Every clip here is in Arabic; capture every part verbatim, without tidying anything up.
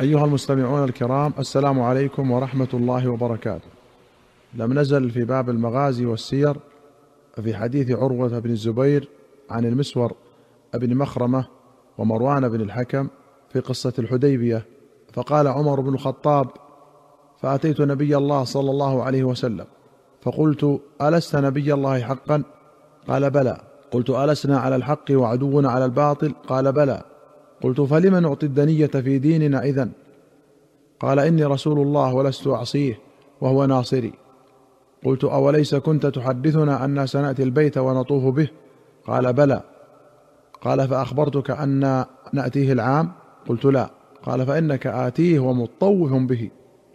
أيها المستمعون الكرام، السلام عليكم ورحمة الله وبركاته. لم نزل في باب المغازي والسير في حديث عروة بن الزبير عن المسور بن مخرمة ومروان بن الحكم في قصة الحديبية. فقال عمر بن الخطاب: فأتيت نبي الله صلى الله عليه وسلم فقلت: ألست نبي الله حقا؟ قال: بلى. قلت: ألسنا على الحق وعدونا على الباطل؟ قال: بلى. قلت: فلم نعطي الدنية في ديننا إذن؟ قال: إني رسول الله ولست أعصيه وهو ناصري. قلت: أوليس كنت تحدثنا أن سنأتي البيت ونطوف به؟ قال: بلى. قال: فأخبرتك أن نأتيه العام؟ قلت: لا. قال: فإنك آتيه ومطوف به.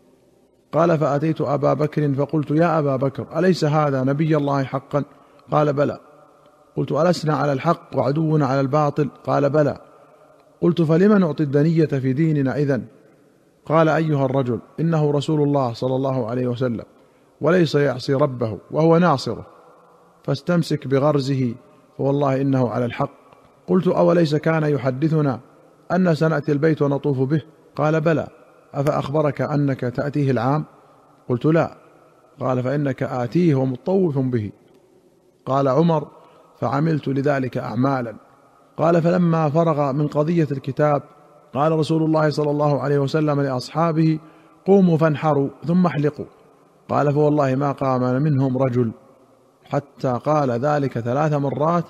قال: فأتيت أبا بكر فقلت: يا أبا بكر، أليس هذا نبي الله حقا؟ قال: بلى. قلت: ألسنا على الحق وعدونا على الباطل؟ قال: بلى. قلت: فلم نعطي الدنية في ديننا إذن؟ قال: أيها الرجل، إنه رسول الله صلى الله عليه وسلم وليس يعصي ربه وهو ناصره، فاستمسك بغرزه فوالله إنه على الحق. قلت: أوليس كان يحدثنا أن سنأتي البيت ونطوف به؟ قال: بلى. أفأخبرك أنك تأتيه العام؟ قلت: لا. قال: فإنك آتيه ومطوف به. قال عمر: فعملت لذلك أعمالا. قال: فلما فرغ من قضية الكتاب قال رسول الله صلى الله عليه وسلم لأصحابه: قوموا فانحروا ثم احلقوا. قال: فوالله ما قام منهم رجل حتى قال ذلك ثلاث مرات.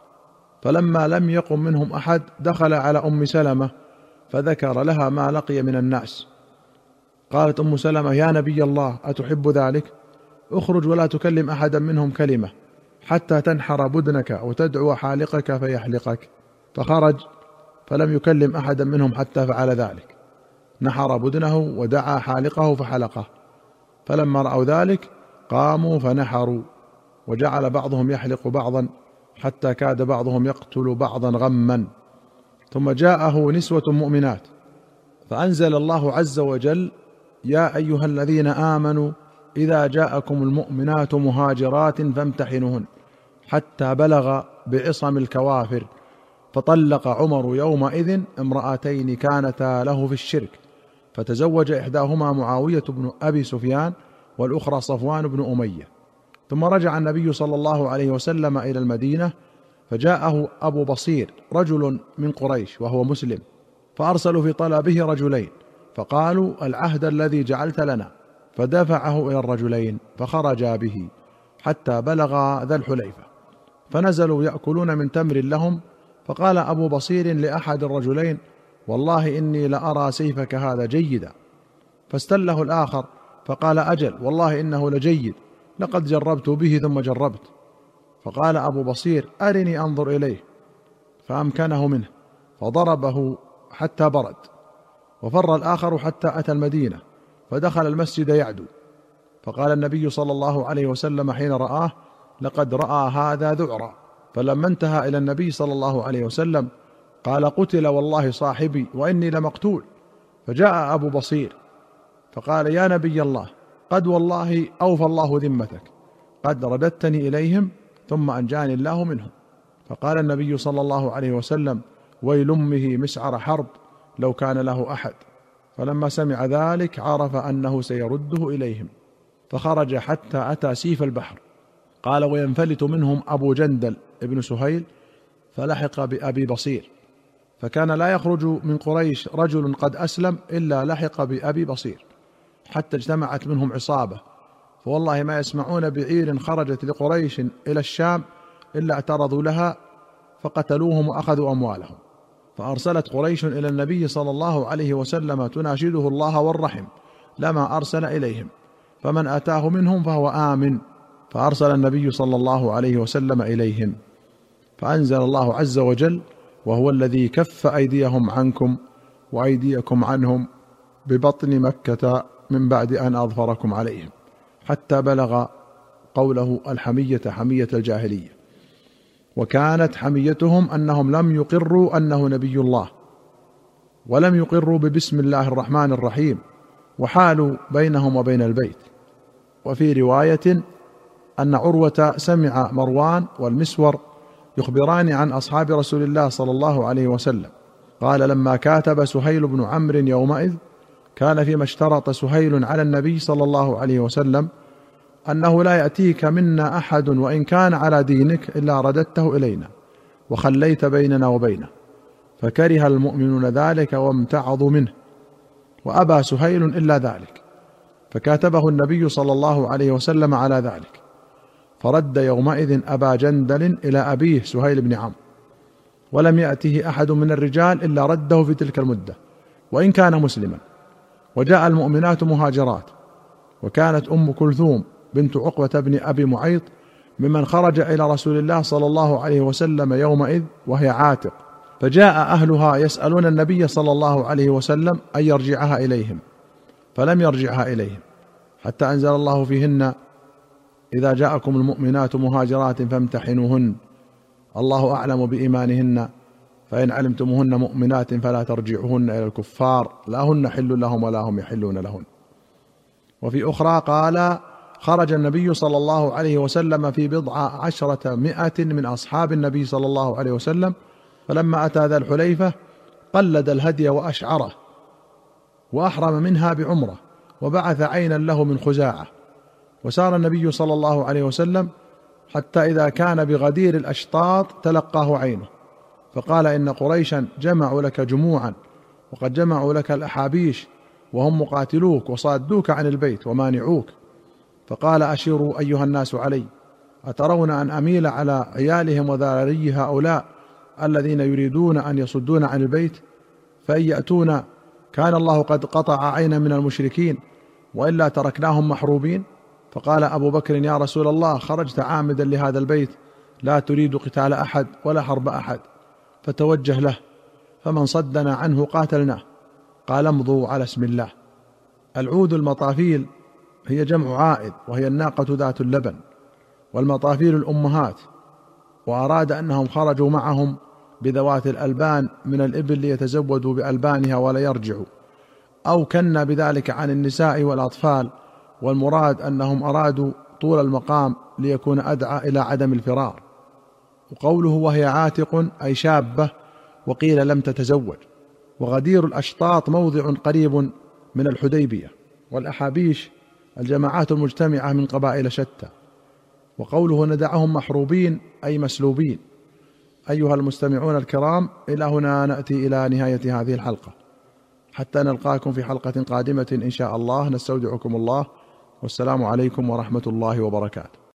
فلما لم يقم منهم أحد دخل على أم سلمة فذكر لها ما لقي من الناس. قالت أم سلمة: يا نبي الله، أتحب ذلك؟ اخرج ولا تكلم أحدا منهم كلمة حتى تنحر بدنك وتدعو حالقك فيحلقك. فخرج فلم يكلم أحدا منهم حتى فعل ذلك، نحر بدنه ودعا حالقه فحلقه. فلما رأوا ذلك قاموا فنحروا، وجعل بعضهم يحلق بعضا حتى كاد بعضهم يقتل بعضا غما. ثم جاءه نسوة مؤمنات فأنزل الله عز وجل: يا أيها الذين آمنوا إذا جاءكم المؤمنات مهاجرات فامتحنوهن حتى بلغ بعصم الكوافر. فطلق عمر يومئذ امرأتين كانتا له في الشرك، فتزوج إحداهما معاوية بن أبي سفيان والأخرى صفوان بن أمية. ثم رجع النبي صلى الله عليه وسلم إلى المدينة، فجاءه أبو بصير رجل من قريش وهو مسلم، فأرسلوا في طلبه رجلين فقالوا: العهد الذي جعلت لنا. فدفعه إلى الرجلين فخرجا به حتى بلغ ذا الحليفة، فنزلوا يأكلون من تمر لهم. فقال أبو بصير لأحد الرجلين: والله إني لأرى سيفك هذا جيدا. فاستله الآخر فقال: أجل، والله إنه لجيد، لقد جربت به ثم جربت. فقال أبو بصير: أرني أنظر إليه. فأمكنه منه فضربه حتى برد. وفر الآخر حتى أتى المدينة فدخل المسجد يعدو. فقال النبي صلى الله عليه وسلم حين رآه: لقد رأى هذا ذعرا. فلما انتهى إلى النبي صلى الله عليه وسلم قال: قتل والله صاحبي وإني لمقتول. فجاء أبو بصير فقال: يا نبي الله، قد والله أوفى الله ذمتك، قد رددتني إليهم ثم أنجاني الله منهم. فقال النبي صلى الله عليه وسلم: ويل أمه مسعر حرب لو كان له أحد. فلما سمع ذلك عرف أنه سيرده إليهم، فخرج حتى أتى سيف البحر. قال: وينفلت منهم أبو جندل ابن سهيل فلحق بأبي بصير، فكان لا يخرج من قريش رجل قد أسلم إلا لحق بأبي بصير، حتى اجتمعت منهم عصابة، فوالله ما يسمعون بعير خرجت لقريش إلى الشام إلا اعترضوا لها فقتلوهم وأخذوا أموالهم. فأرسلت قريش إلى النبي صلى الله عليه وسلم تناشده الله والرحم، لما أرسل إليهم، فمن أتاه منهم فهو آمن. فأرسل النبي صلى الله عليه وسلم إليهم، فأنزل الله عز وجل: وهو الذي كف أيديهم عنكم وأيديكم عنهم ببطن مكة من بعد أن أظفركم عليهم، حتى بلغ قوله: الحمية حمية الجاهلية. وكانت حميتهم أنهم لم يقروا أنه نبي الله، ولم يقروا ببسم الله الرحمن الرحيم، وحالوا بينهم وبين البيت. وفي رواية أن عروة سمع مروان والمسور يخبران عن أصحاب رسول الله صلى الله عليه وسلم، قال: لما كاتب سهيل بن عمرو يومئذ كان فيما اشترط سهيل على النبي صلى الله عليه وسلم أنه لا يأتيك منا أحد وإن كان على دينك إلا رددته إلينا وخليت بيننا وبينه، فكره المؤمنون ذلك وامتعضوا منه، وأبى سهيل إلا ذلك، فكاتبه النبي صلى الله عليه وسلم على ذلك، فرد يومئذ أبا جندل إلى أبيه سهيل بن عمرو، ولم يأته أحد من الرجال إلا رده في تلك المدة وإن كان مسلما. وجاء المؤمنات مهاجرات، وكانت أم كلثوم بنت عقبة بن أبي معيط ممن خرج إلى رسول الله صلى الله عليه وسلم يومئذ وهي عاتق، فجاء أهلها يسألون النبي صلى الله عليه وسلم أن يرجعها إليهم، فلم يرجعها إليهم حتى أنزل الله فيهن: إذا جاءكم المؤمنات مهاجرات فامتحنوهن، الله أعلم بإيمانهن، فإن علمتموهن مؤمنات فلا ترجعوهن إلى الكفار، لا هن حل لهم ولا هم يحلون لهن. وفي أخرى قال: خرج النبي صلى الله عليه وسلم في بضع عشرة مئة من أصحاب النبي صلى الله عليه وسلم، فلما أتى ذا الحليفة قلد الهدي وأشعره وأحرم منها بعمرة، وبعث عينا له من خزاعة. وسار النبي صلى الله عليه وسلم حتى إذا كان بغدير الأشطاط تلقاه عينه، فقال: إن قريشا جمعوا لك جموعا، وقد جمعوا لك الأحابيش، وهم مقاتلوك وصادوك عن البيت ومانعوك. فقال: أشيروا أيها الناس علي، أترون أن أميل على عيالهم وذراري هؤلاء الذين يريدون أن يصدون عن البيت؟ فإن يأتونا كان الله قد قطع عينا من المشركين، وإلا تركناهم محروبين. فقال أبو بكر: يا رسول الله، خرجت عامدا لهذا البيت، لا تريد قتال أحد ولا حرب أحد، فتوجه له، فمن صدنا عنه قاتلناه. قال: امضوا على اسم الله. العود المطافيل هي جمع عائد، وهي الناقة ذات اللبن، والمطافيل الأمهات، وأراد أنهم خرجوا معهم بذوات الألبان من الإبل ليتزودوا بألبانها ولا يرجعوا، أو كنا بذلك عن النساء والأطفال، والمراد أنهم أرادوا طول المقام ليكون أدعى إلى عدم الفرار. وقوله وهي عاتق أي شابة، وقيل لم تتزوج. وغدير الأشطاط موضع قريب من الحديبية، والأحابيش الجماعات المجتمعة من قبائل شتى. وقوله ندعهم محروبين أي مسلوبين. أيها المستمعون الكرام، إلى هنا نأتي إلى نهاية هذه الحلقة، حتى نلقاكم في حلقة قادمة إن شاء الله. نستودعكم الله، والسلام عليكم ورحمة الله وبركاته.